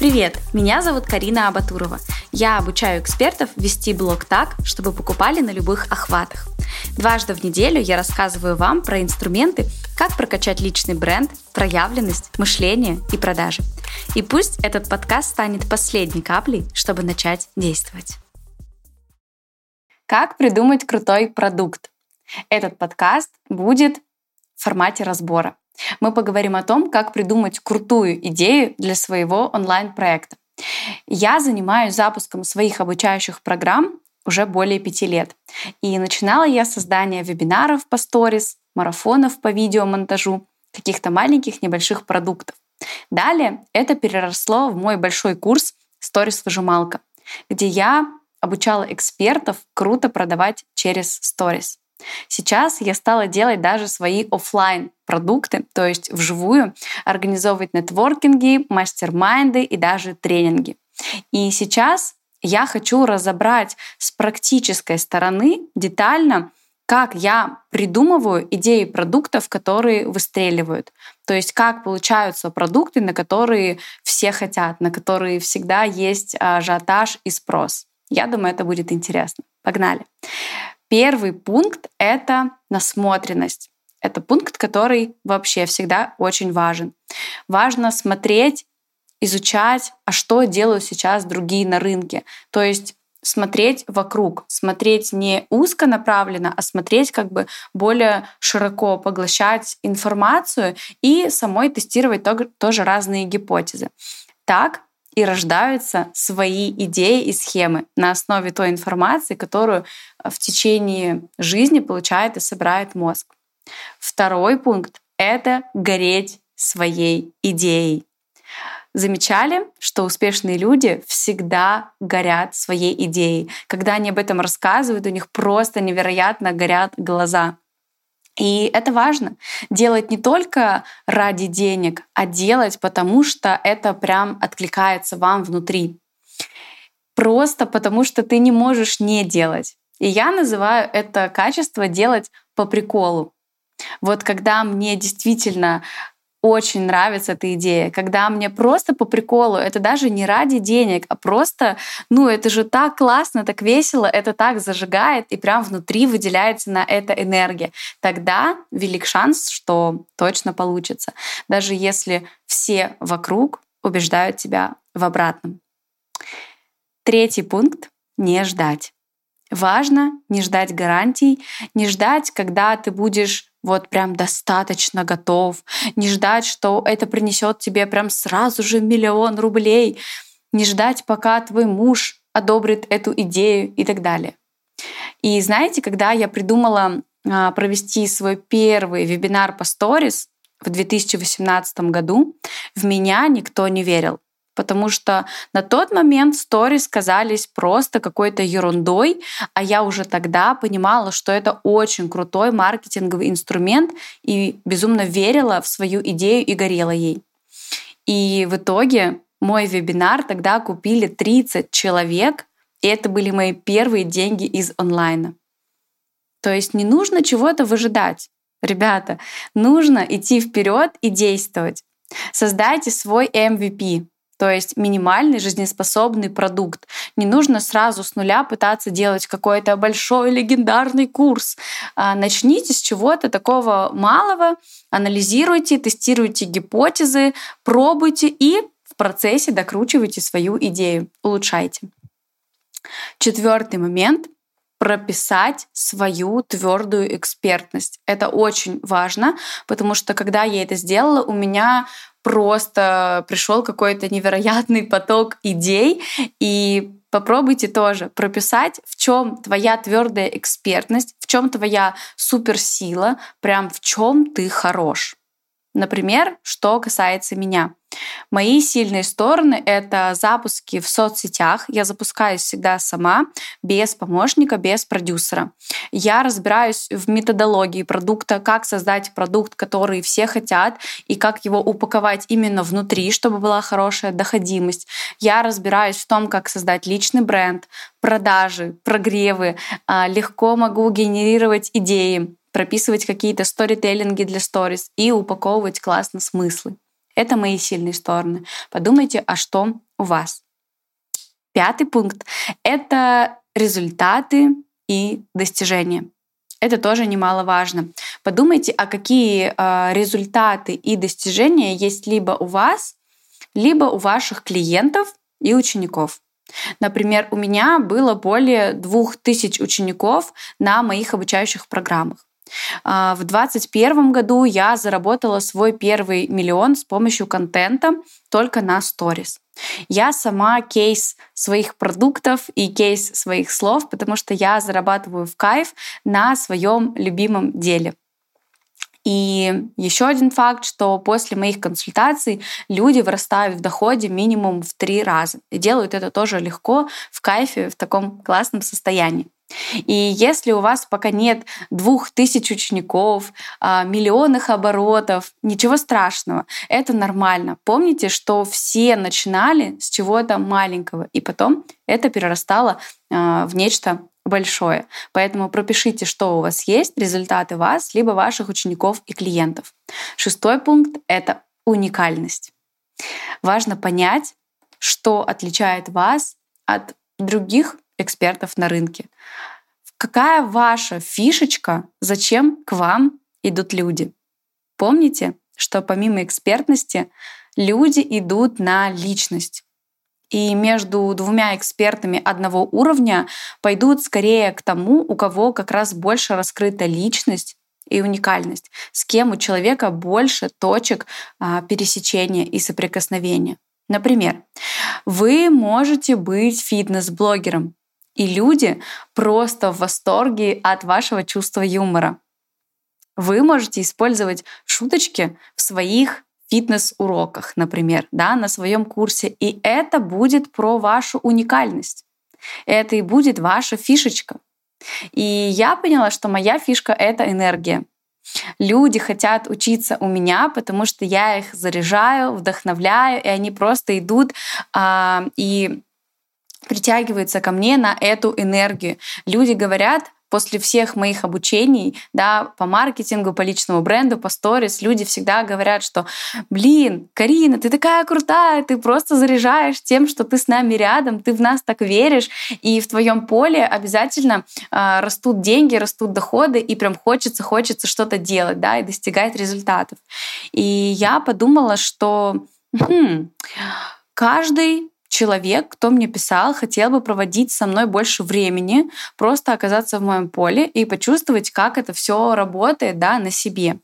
Привет, меня зовут Карина Абатурова. Я обучаю экспертов вести блог так, чтобы покупали на любых охватах. Дважды в неделю я рассказываю вам про инструменты, как прокачать личный бренд, проявленность, мышление и продажи. И пусть этот подкаст станет последней каплей, чтобы начать действовать. Как придумать крутой продукт? Этот подкаст будет в формате разбора. Мы поговорим о том, как придумать крутую идею для своего онлайн-проекта. Я занимаюсь запуском своих обучающих программ уже более 5 лет. И начинала я с создания вебинаров по сторис, марафонов по видеомонтажу, каких-то маленьких небольших продуктов. Далее это переросло в мой большой курс «Сторис-выжималка», где я обучала экспертов круто продавать через сторис. Сейчас я стала делать даже свои офлайн продукты, то есть вживую, организовывать нетворкинги, мастер-майнды и даже тренинги. И сейчас я хочу разобрать с практической стороны детально, как я придумываю идеи продуктов, которые выстреливают. То есть как получаются продукты, на которые все хотят, на которые всегда есть ажиотаж и спрос. Я думаю, это будет интересно. Погнали! Первый пункт — это насмотренность. Это пункт, который вообще всегда очень важен. Важно смотреть, изучать, а что делают сейчас другие на рынке. То есть смотреть вокруг, смотреть не узконаправленно, а смотреть как бы более широко, поглощать информацию и самой тестировать тоже разные гипотезы. Так и рождаются свои идеи и схемы на основе той информации, которую в течение жизни получает и собирает мозг. Второй пункт — это гореть своей идеей. Замечали, что успешные люди всегда горят своей идеей? Когда они об этом рассказывают, у них просто невероятно горят глаза. И это важно. Делать не только ради денег, а делать, потому что это прям откликается вам внутри. Просто потому что ты не можешь не делать. И я называю это качество делать по приколу. Вот когда мне действительно очень нравится эта идея, когда мне просто по приколу, это даже не ради денег, а просто, это же так классно, так весело, это так зажигает, и прям внутри выделяется на это энергия. Тогда велик шанс, что точно получится, даже если все вокруг убеждают тебя в обратном. Третий пункт — не ждать. Важно не ждать гарантий, не ждать, когда ты будешь прям достаточно готов, не ждать, что это принесет тебе прям сразу же 1 000 000 рублей, не ждать, пока твой муж одобрит эту идею и так далее. И знаете, когда я придумала провести свой первый вебинар по сторис в 2018 году, в меня никто не верил. Потому что на тот момент сторис казались просто какой-то ерундой, а я уже тогда понимала, что это очень крутой маркетинговый инструмент и безумно верила в свою идею и горела ей. И в итоге мой вебинар тогда купили 30 человек, и это были мои первые деньги из онлайна. То есть не нужно чего-то выжидать. Ребята, нужно идти вперед и действовать. Создайте свой MVP. То есть минимальный жизнеспособный продукт. Не нужно сразу с нуля пытаться делать какой-то большой легендарный курс. Начните с чего-то такого малого, анализируйте, тестируйте гипотезы, пробуйте и в процессе докручивайте свою идею, улучшайте. Четвертый момент — прописать свою твердую экспертность. Это очень важно, потому что когда я это сделала, у меня просто пришел какой-то невероятный поток идей. И попробуйте тоже прописать, в чем твоя твердая экспертность, в чем твоя суперсила, прям в чем ты хорош. Например, что касается меня. Мои сильные стороны — это запуски в соцсетях. Я запускаюсь всегда сама, без помощника, без продюсера. Я разбираюсь в методологии продукта, как создать продукт, который все хотят, и как его упаковать именно внутри, чтобы была хорошая доходимость. Я разбираюсь в том, как создать личный бренд, продажи, прогревы. Легко могу генерировать идеи, прописывать какие-то сторителлинги для сторис и упаковывать классно смыслы. Это мои сильные стороны. Подумайте, а что у вас. 5 пункт — это результаты и достижения. Это тоже немаловажно. Подумайте, а какие результаты и достижения есть либо у вас, либо у ваших клиентов и учеников. Например, у меня было более 2000 учеников на моих обучающих программах. В 2021 году я заработала свой первый миллион с помощью контента только на сторис. Я сама кейс своих продуктов и кейс своих слов, потому что я зарабатываю в кайф на своем любимом деле. И еще один факт, что после моих консультаций люди вырастают в доходе минимум в 3 раза. И делают это тоже легко, в кайфе, в таком классном состоянии. И если у вас пока нет 2000 учеников, миллионных оборотов, ничего страшного, это нормально. Помните, что все начинали с чего-то маленького, и потом это перерастало в нечто большое. Поэтому пропишите, что у вас есть, результаты вас, либо ваших учеников и клиентов. 6 пункт — это уникальность. Важно понять, что отличает вас от других экспертов на рынке. Какая ваша фишечка, зачем к вам идут люди? Помните, что помимо экспертности люди идут на личность. И между 2 экспертами одного уровня пойдут скорее к тому, у кого как раз больше раскрыта личность и уникальность, с кем у человека больше точек пересечения и соприкосновения. Например, вы можете быть фитнес-блогером, и люди просто в восторге от вашего чувства юмора. Вы можете использовать шуточки в своих фитнес-уроках, например, на своем курсе, и это будет про вашу уникальность. Это и будет ваша фишечка. И я поняла, что моя фишка — это энергия. Люди хотят учиться у меня, потому что я их заряжаю, вдохновляю, и они просто идут и притягиваются ко мне на эту энергию. Люди говорят, после всех моих обучений, по маркетингу, по личному бренду, по сторис, люди всегда говорят, что Карина, ты такая крутая, ты просто заряжаешь тем, что ты с нами рядом, ты в нас так веришь, и в твоем поле обязательно растут деньги, растут доходы, и прям хочется что-то делать, и достигать результатов. И я подумала, что каждый человек, кто мне писал, хотел бы проводить со мной больше времени, просто оказаться в моем поле и почувствовать, как это все работает, на себе.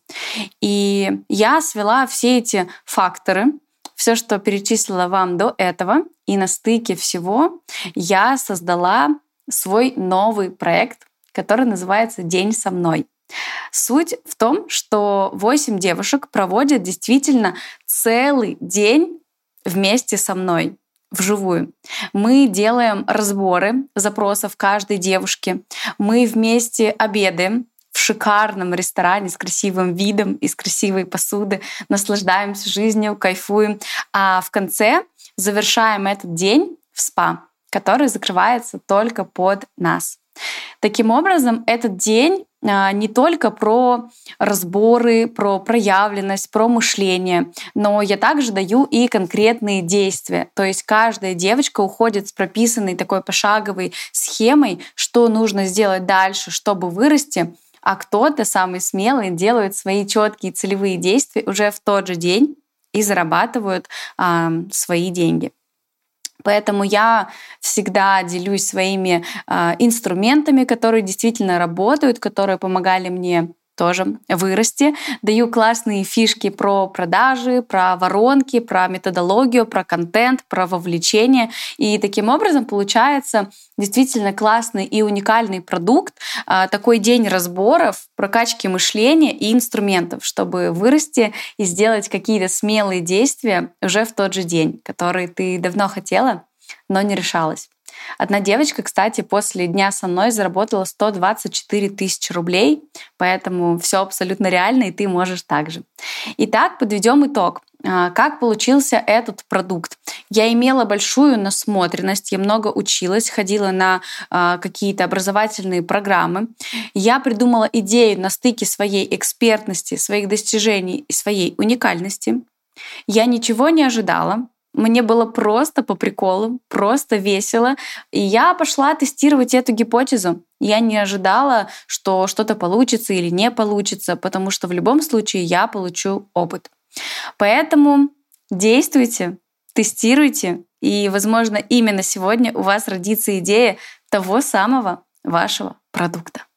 И я свела все эти факторы, все, что перечислила вам до этого, и на стыке всего я создала свой новый проект, который называется «День со мной». Суть в том, что 8 девушек проводят действительно целый день вместе со мной. Вживую. Мы делаем разборы запросов каждой девушки. Мы вместе обедаем в шикарном ресторане с красивым видом, из красивой посуды, наслаждаемся жизнью, кайфуем. А в конце завершаем этот день в спа, который закрывается только под нас. Таким образом, этот день не только про разборы, про проявленность, про мышление, но я также даю и конкретные действия. То есть каждая девочка уходит с прописанной такой пошаговой схемой, что нужно сделать дальше, чтобы вырасти, а кто-то, самый смелый, делает свои четкие целевые действия уже в тот же день и зарабатывают свои деньги. Поэтому я всегда делюсь своими инструментами, которые действительно работают, которые помогали мне тоже вырасти. Даю классные фишки про продажи, про воронки, про методологию, про контент, про вовлечение. И таким образом получается действительно классный и уникальный продукт, такой день разборов, прокачки мышления и инструментов, чтобы вырасти и сделать какие-то смелые действия уже в тот же день, который ты давно хотела, но не решалась. Одна девочка, кстати, после дня со мной заработала 124 тысячи рублей, поэтому все абсолютно реально, и ты можешь так же. Итак, подведем итог. Как получился этот продукт? Я имела большую насмотренность, я много училась, ходила на какие-то образовательные программы. Я придумала идею на стыке своей экспертности, своих достижений и своей уникальности. Я ничего не ожидала. Мне было просто по приколу, просто весело. И я пошла тестировать эту гипотезу. Я не ожидала, что что-то получится или не получится, потому что в любом случае я получу опыт. Поэтому действуйте, тестируйте, и, возможно, именно сегодня у вас родится идея того самого вашего продукта.